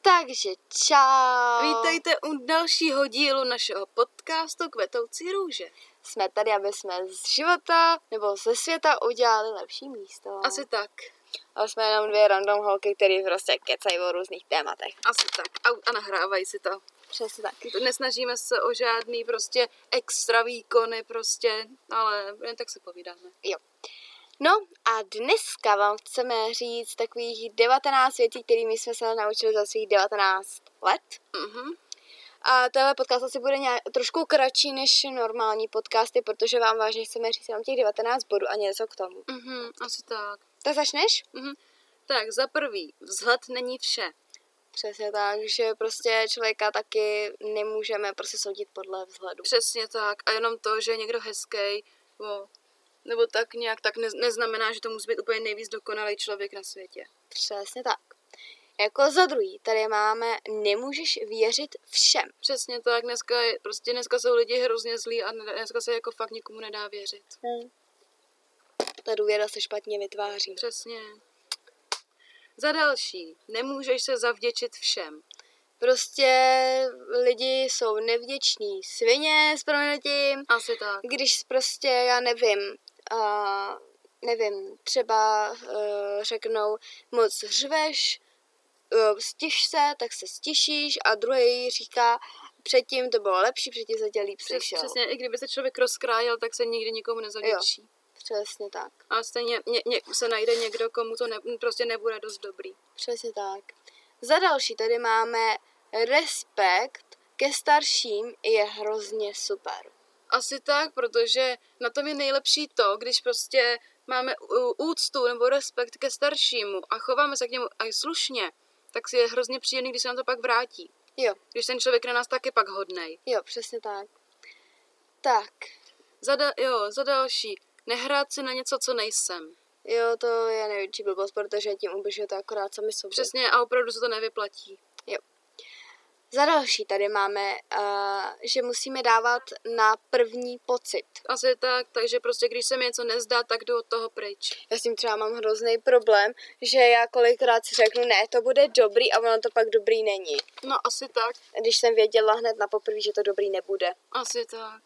Takže čau. Vítejte u dalšího dílu našeho podcastu Kvetoucí růže. Jsme tady, aby jsme z života nebo ze světa udělali lepší místo. Asi tak. Ale jsme jenom dvě random holky, které prostě kecají o různých tématech. Asi tak. A nahrávají si to. Přesně tak. Nesnažíme se o žádný prostě extra výkony prostě, ale jen tak se povídáme. Jo. No a dneska vám chceme říct takových 19 věcí, kterými jsme se naučili za svých 19 let. Mhm. A tenhle podcast asi bude trošku kratší než normální podcasty, protože vám vážně chceme říct jenom těch 19 bodů a něco k tomu. Asi tak. Tak začneš? Tak za prvý, vzhled není vše. Přesně tak, že prostě člověka taky nemůžeme prostě soudit podle vzhledu. Přesně tak. A jenom to, že je někdo hezký, nebo tak nějak, tak neznamená, že to musí být úplně nejvíc dokonalý člověk na světě. Přesně tak. Jako za druhý, tady máme, nemůžeš věřit všem. Přesně tak, dneska jsou lidi hrozně zlí a dneska se jako fakt nikomu nedá věřit. Ta důvěra se špatně vytváří. Přesně. Za další, nemůžeš se zavděčit všem. Prostě lidi jsou nevděční svině s prominutím. Asi tak. Když prostě, já nevím, třeba řeknou moc řveš, stiš se, tak se stišíš a druhý říká, předtím to bylo lepší, předtím se tě líp slyšel. Přesně, i kdyby se člověk rozkrájel, tak se nikdy nikomu nezavděčí. Jo, přesně tak. A stejně se najde někdo, komu to prostě nebude dost dobrý. Přesně tak. Za další tady máme respekt ke starším je hrozně super. Asi tak, protože na tom je nejlepší to, když prostě máme úctu nebo respekt ke staršímu a chováme se k němu aj slušně, tak si je hrozně příjemný, když se nám to pak vrátí. Jo. Když ten člověk na nás taky pak hodnej. Jo, přesně tak. Tak. Za další, nehrát si na něco, co nejsem. Jo, to je největší blbost, protože tím ubližujete akorát sami sobě. Přesně a opravdu se to nevyplatí. Jo. Za další tady máme, že musíme dávat na první pocit. Asi tak, takže prostě když se mi něco nezdá, tak jdu od toho pryč. Já s tím třeba mám hrozný problém, že já kolikrát si řeknu, ne, to bude dobrý a ono to pak dobrý není. No asi tak. Když jsem věděla hned na poprvé, že to dobrý nebude. Asi tak.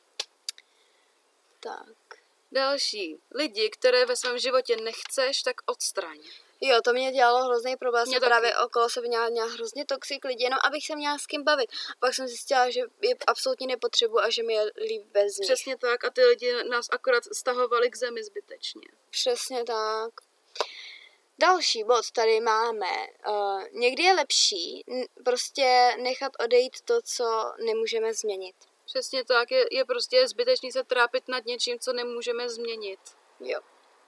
Tak. Další. Lidi, které ve svém životě nechceš, tak odstraň. Jo, to mě dělalo hrozný problém, jsem taky. právě okolo sebe měla hrozně toxic lidi, jenom abych se měla s kým bavit. Pak jsem zjistila, že je absolutně nepotřebuji a že mi je líp bez nich. Přesně tak a ty lidi nás akorát stahovali k zemi zbytečně. Přesně tak. Další bod tady máme. Někdy je lepší prostě nechat odejít to, co nemůžeme změnit. Přesně tak, je prostě zbytečný se trápit nad něčím, co nemůžeme změnit. Jo.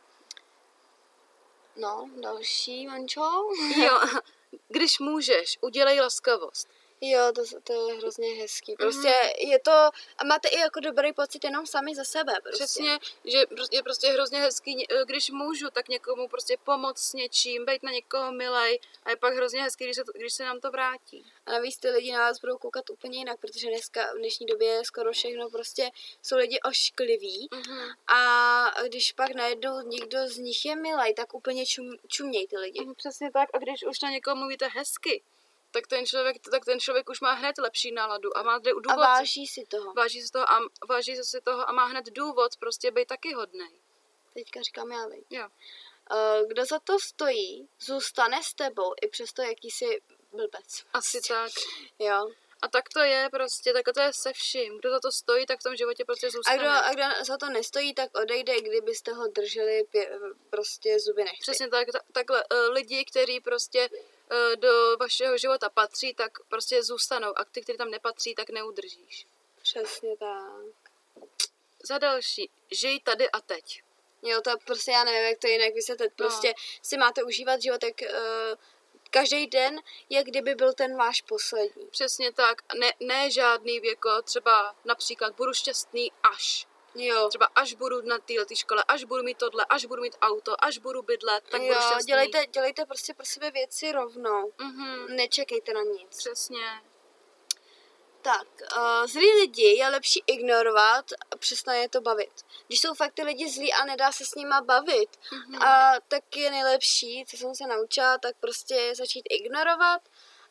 No, další, Mančo. Jo, když můžeš, udělej laskavost. Jo, to je hrozně hezký. Prostě je to, a máte i jako dobrý pocit jenom sami za sebe. Prostě. Přesně, že je prostě hrozně hezký, když můžu, tak někomu prostě pomoct s něčím, být na někoho milej a je pak hrozně hezký, když se nám to vrátí. A navíc ty lidi na vás budou koukat úplně jinak, protože dneska, v dnešní době skoro všechno prostě jsou lidi oškliví a když pak najednou někdo z nich je milej, tak úplně čumějí ty lidi. Přesně tak a když už na někoho mluvíte hezky, tak ten člověk už má hned lepší náladu a má důvod. A váží si toho. Váží se si toho a má hned důvod prostě být taky hodnej. Teďka říkám já, viď. Jo. Kdo za to stojí, zůstane s tebou i přesto, jaký jsi blbec. Asi tak. Jo. A tak to je prostě, tak to je se vším. Kdo za to stojí, tak v tom životě prostě zůstane. A kdo za to nestojí, tak odejde, kdybyste ho drželi prostě zuby nechty. Přesně tak, takhle lidi, kteří prostě do vašeho života patří, tak prostě zůstanou a ty, kteří tam nepatří, tak neudržíš. Přesně tak. Za další, žij tady a teď. Jo, to prostě já nevím, jak to jinak vysvětlit. Prostě si máte užívat život, jak každý den je, kdyby byl ten váš poslední. Přesně tak. Ne žádný věko, třeba například budu šťastný až. Jo. Třeba až budu na této škole, až budu mít tohle, až budu mít auto, až budu bydlet, tak budu šťastný. Dělejte prostě pro sebe věci rovnou. Nečekejte na nic. Přesně. Tak, zlí lidi je lepší ignorovat a přesně je to bavit. Když jsou fakt ty lidi zlí a nedá se s nima bavit, a tak je nejlepší, co jsem se naučila, tak prostě začít ignorovat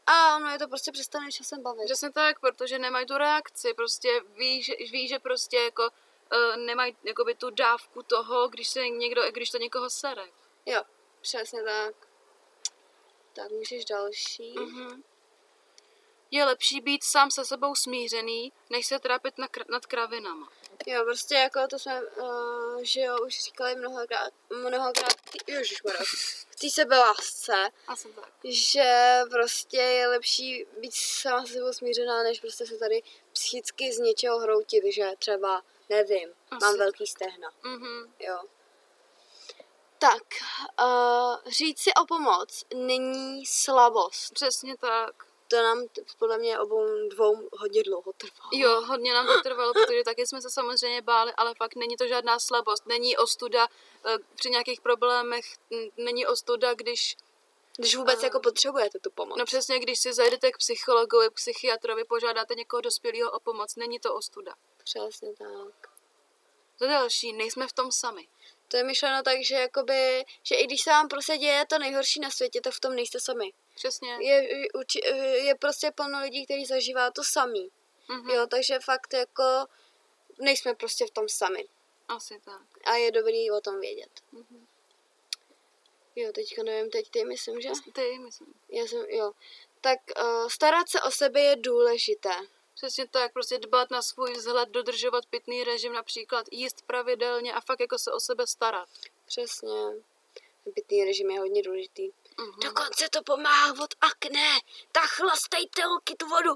a ono je to prostě přestane časem bavit. Přesně tak, protože nemají tu reakci, prostě ví, že prostě jako nemají jakoby tu dávku toho, když to někoho sere. Jo, přesně tak. Tak můžeš další. Mm-hmm. Je lepší být sám se sebou smířený, než se trápit nad kravinama. Jo, prostě jako to jsme, že jo, už říkali mnohokrát ježišmarja, v té sebelásce, Asi tak. že prostě je lepší být sama se sebou smířená, než prostě se tady psychicky z něčeho hroutit, že třeba, nevím, mám velký stehna, jo. Tak, říct si o pomoc není slabost. Přesně tak. To nám podle mě dvou hodně dlouho trvalo. Jo, hodně nám to trvalo, protože taky jsme se samozřejmě báli, ale fakt není to žádná slabost. Není ostuda při nějakých problémech, není ostuda, když vůbec jako potřebujete tu pomoc. No přesně, když si zajdete k psychologovi, psychiatrovi, požádáte někoho dospělého o pomoc, není to ostuda. Přesně tak. Za další, nejsme v tom sami. To je myšleno tak, že jakoby, že i když se vám prostě děje to nejhorší na světě, tak v tom nejste sami. Přesně. Je prostě plno lidí, kteří zažívá to samý. Mm-hmm. Jo, takže fakt jako nejsme prostě v tom sami. Asi tak. A je dobrý o tom vědět. Mm-hmm. Jo, teďka nevím, teď ty myslím, že? Ty, myslím. Jo. Tak starat se o sebe je důležité. Přesně tak, prostě dbat na svůj vzhled, dodržovat pitný režim, například jíst pravidelně a fakt jako se o sebe starat. Přesně. Pitný režim je hodně důležitý. Mm-hmm. Dokonce to pomáhá od akné. Tak chlastejte holky tu vodu.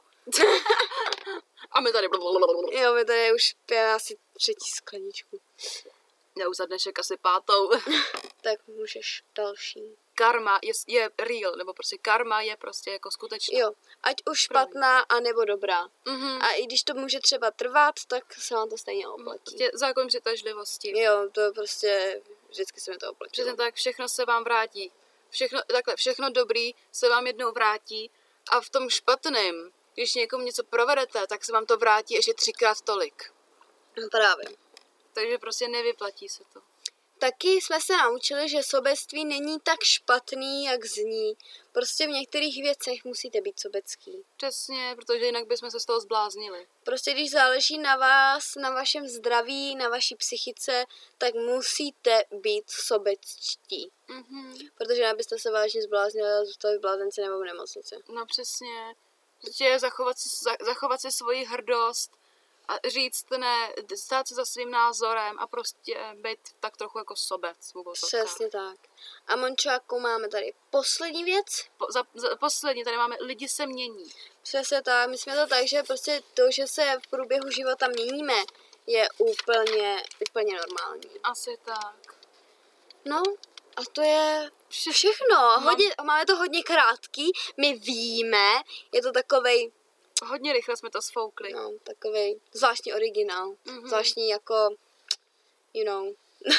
A my tady... Jo, my tady už pijeme asi 3. skleničku. Já už za dnešek asi 5. Tak můžeš další. Karma je real, nebo prostě karma je prostě jako skutečná. Jo, ať už špatná, anebo dobrá. Mm-hmm. A i když to může třeba trvat, tak se vám to stejně oplatí. Prostě zákon přitažlivosti. Jo, to prostě vždycky se mi to oplatí. Přesně tak, všechno se vám vrátí. Všechno dobrý se vám jednou vrátí a v tom špatném, když někomu něco provedete, tak se vám to vrátí ještě 3x tolik. No právě. Takže prostě nevyplatí se to. Taky jsme se naučili, že sobectví není tak špatný, jak zní. Prostě v některých věcech musíte být sobecký. Přesně, protože jinak bychom se z toho zbláznili. Prostě když záleží na vás, na vašem zdraví, na vaší psychice, tak musíte být sobečtí. Mm-hmm. Protože abyste se vážně zbláznili a zůstali v blázenci nebo v nemocnici. No přesně. Prostě zachovat si svoji hrdost a říct ne, stát se za svým názorem a prostě být tak trochu jako sobec. Přesně tak. A Mončáku máme tady poslední věc. Poslední, tady máme lidi se mění. Přesně tak. My jsme to tak, že prostě to, že se v průběhu života měníme, je úplně normální. Asi tak. No, a to je všechno. Máme to hodně krátký, my víme, je to takovej... Hodně rychle jsme to sfoukli. No, takovej zvláštní originál. Mm-hmm. Zvláštní jako, you know.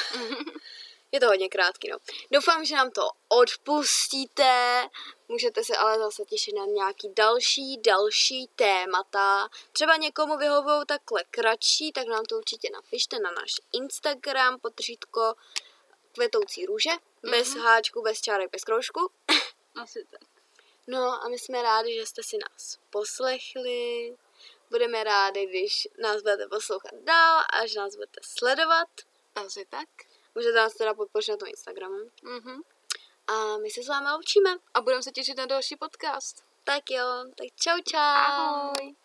Je to hodně krátký, no. Doufám, že nám to odpustíte. Můžete se ale zase těšit na nějaký další témata. Třeba někomu vyhovují takhle kratší, tak nám to určitě napište na náš Instagram, _ kvetoucí růže. Bez háčku, bez čárek, bez kroužku. Asi tak. No a my jsme rádi, že jste si nás poslechli. Budeme rádi, když nás budete poslouchat dál a že nás budete sledovat. Asi tak. Můžete nás teda podpořit na tom Instagramu. Mm-hmm. A my se s vámi loučíme. A budeme se těšit na další podcast. Tak jo, tak čau. Ahoj.